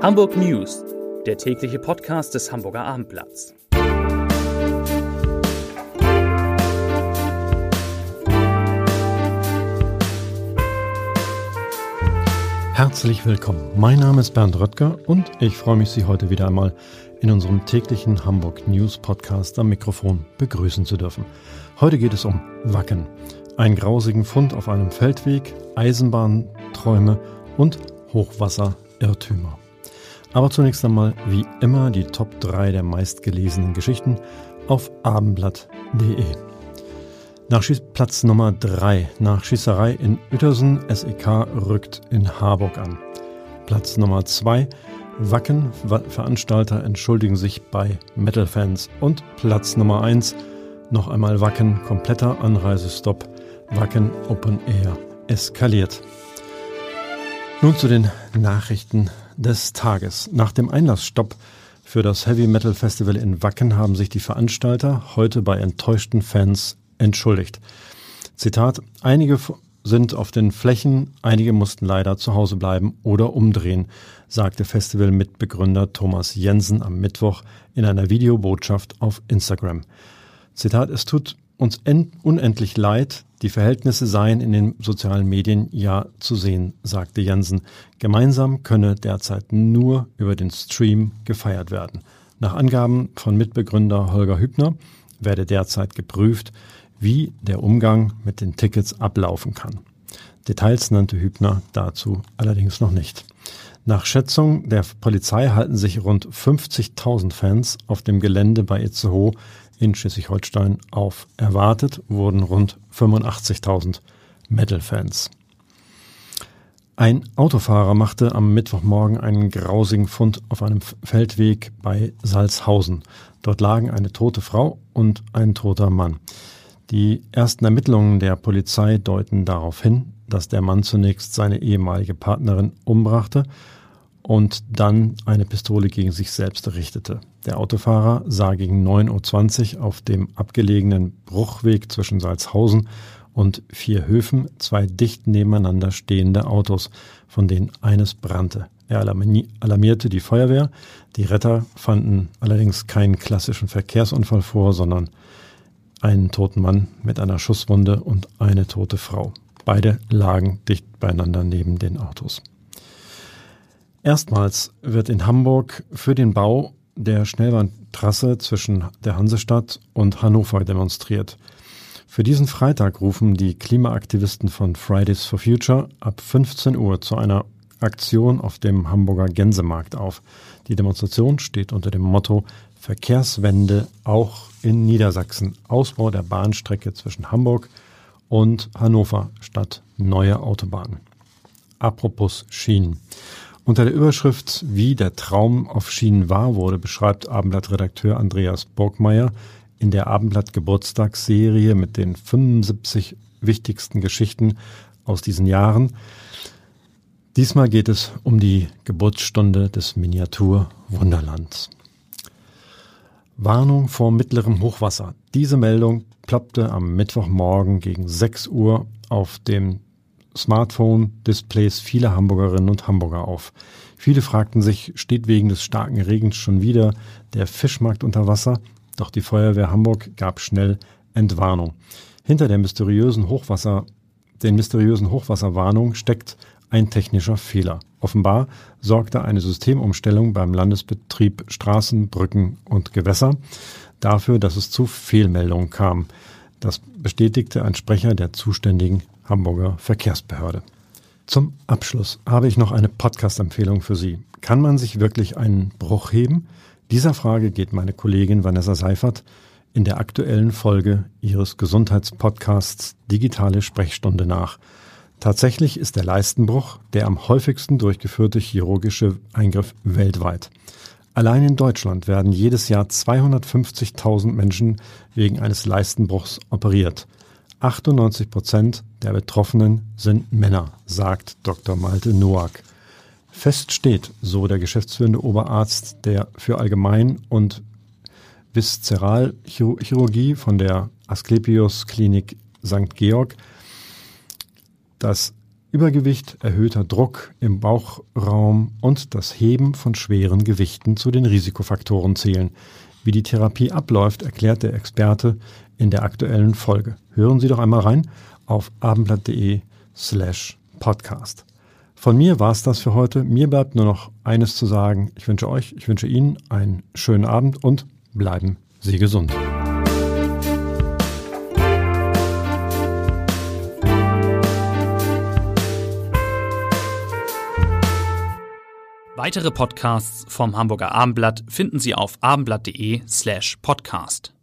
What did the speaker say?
Hamburg News, der tägliche Podcast des Hamburger Abendblatts. Herzlich willkommen. Mein Name ist Bernd Röttger und ich freue mich, Sie heute wieder einmal in unserem täglichen Hamburg News Podcast am Mikrofon begrüßen zu dürfen. Heute geht es um Wacken, einen grausigen Fund auf einem Feldweg, Eisenbahnträume und Hochwasserirrtümer. Aber zunächst einmal, wie immer, die Top 3 der meistgelesenen Geschichten auf abendblatt.de. Platz Nummer 3. Nach Schießerei in Uetersen, SEK rückt in Harburg an. Platz Nummer 2. Wacken, Veranstalter entschuldigen sich bei Metal-Fans. Und Platz Nummer 1. Noch einmal Wacken, kompletter Anreisestopp. Wacken Open Air eskaliert. Nun zu den Nachrichten des Tages. Nach dem Einlassstopp für das Heavy Metal Festival in Wacken haben sich die Veranstalter heute bei enttäuschten Fans entschuldigt. Zitat: Einige sind auf den Flächen, einige mussten leider zu Hause bleiben oder umdrehen, sagte Festival-Mitbegründer Thomas Jensen am Mittwoch in einer Videobotschaft auf Instagram. Zitat: Es tut uns unendlich leid, die Verhältnisse seien in den sozialen Medien ja zu sehen, sagte Jensen. Gemeinsam könne derzeit nur über den Stream gefeiert werden. Nach Angaben von Mitbegründer Holger Hübner werde derzeit geprüft, wie der Umgang mit den Tickets ablaufen kann. Details nannte Hübner dazu allerdings noch nicht. Nach Schätzung der Polizei halten sich rund 50.000 Fans auf dem Gelände bei Itzehoe in Schleswig-Holstein auf. Erwartet wurden rund 85.000 Metal-Fans. Ein Autofahrer machte am Mittwochmorgen einen grausigen Fund auf einem Feldweg bei Salzhausen. Dort lagen eine tote Frau und ein toter Mann. Die ersten Ermittlungen der Polizei deuten darauf hin, dass der Mann zunächst seine ehemalige Partnerin umbrachte und dann eine Pistole gegen sich selbst richtete. Der Autofahrer sah gegen 9.20 Uhr auf dem abgelegenen Bruchweg zwischen Salzhausen und Vierhöfen 2 dicht nebeneinander stehende Autos, von denen eines brannte. Er alarmierte die Feuerwehr. Die Retter fanden allerdings keinen klassischen Verkehrsunfall vor, sondern einen toten Mann mit einer Schusswunde und eine tote Frau. Beide lagen dicht beieinander neben den Autos. Erstmals wird in Hamburg für den Bau der Schnellbahntrasse zwischen der Hansestadt und Hannover demonstriert. Für diesen Freitag rufen die Klimaaktivisten von Fridays for Future ab 15 Uhr zu einer Aktion auf dem Hamburger Gänsemarkt auf. Die Demonstration steht unter dem Motto Verkehrswende auch in Niedersachsen. Ausbau der Bahnstrecke zwischen Hamburg und Hannover statt neue Autobahnen. Apropos Schienen. Unter der Überschrift Wie der Traum auf Schienen wahr wurde, beschreibt Abendblatt-Redakteur Andreas Burgmeier in der Abendblatt-Geburtstagsserie mit den 75 wichtigsten Geschichten aus diesen Jahren. Diesmal geht es um die Geburtsstunde des Miniatur-Wunderlands. Warnung vor mittlerem Hochwasser. Diese Meldung ploppte am Mittwochmorgen gegen 6 Uhr auf dem Smartphone-Displays vieler Hamburgerinnen und Hamburger auf. Viele fragten sich, steht wegen des starken Regens schon wieder der Fischmarkt unter Wasser? Doch die Feuerwehr Hamburg gab schnell Entwarnung. Hinter den mysteriösen Hochwasserwarnungen steckt ein technischer Fehler. Offenbar sorgte eine Systemumstellung beim Landesbetrieb Straßen, Brücken und Gewässer dafür, dass es zu Fehlmeldungen kam. Das bestätigte ein Sprecher der zuständigen Hamburger Verkehrsbehörde. Zum Abschluss habe ich noch eine Podcast-Empfehlung für Sie. Kann man sich wirklich einen Bruch heben? Dieser Frage geht meine Kollegin Vanessa Seifert in der aktuellen Folge ihres Gesundheitspodcasts Digitale Sprechstunde nach. Tatsächlich ist der Leistenbruch der am häufigsten durchgeführte chirurgische Eingriff weltweit. Allein in Deutschland werden jedes Jahr 250.000 Menschen wegen eines Leistenbruchs operiert. 98% der Betroffenen sind Männer, sagt Dr. Malte Noack. Fest steht, so der geschäftsführende Oberarzt der für Allgemein- und Viszeralchirurgie von der Asklepios Klinik St. Georg, dass Übergewicht, erhöhter Druck im Bauchraum und das Heben von schweren Gewichten zu den Risikofaktoren zählen. Wie die Therapie abläuft, erklärt der Experte in der aktuellen Folge. Hören Sie doch einmal rein auf abendblatt.de/podcast. Von mir war es das für heute. Mir bleibt nur noch eines zu sagen. Ich wünsche Ihnen einen schönen Abend und bleiben Sie gesund. Weitere Podcasts vom Hamburger Abendblatt finden Sie auf abendblatt.de/podcast.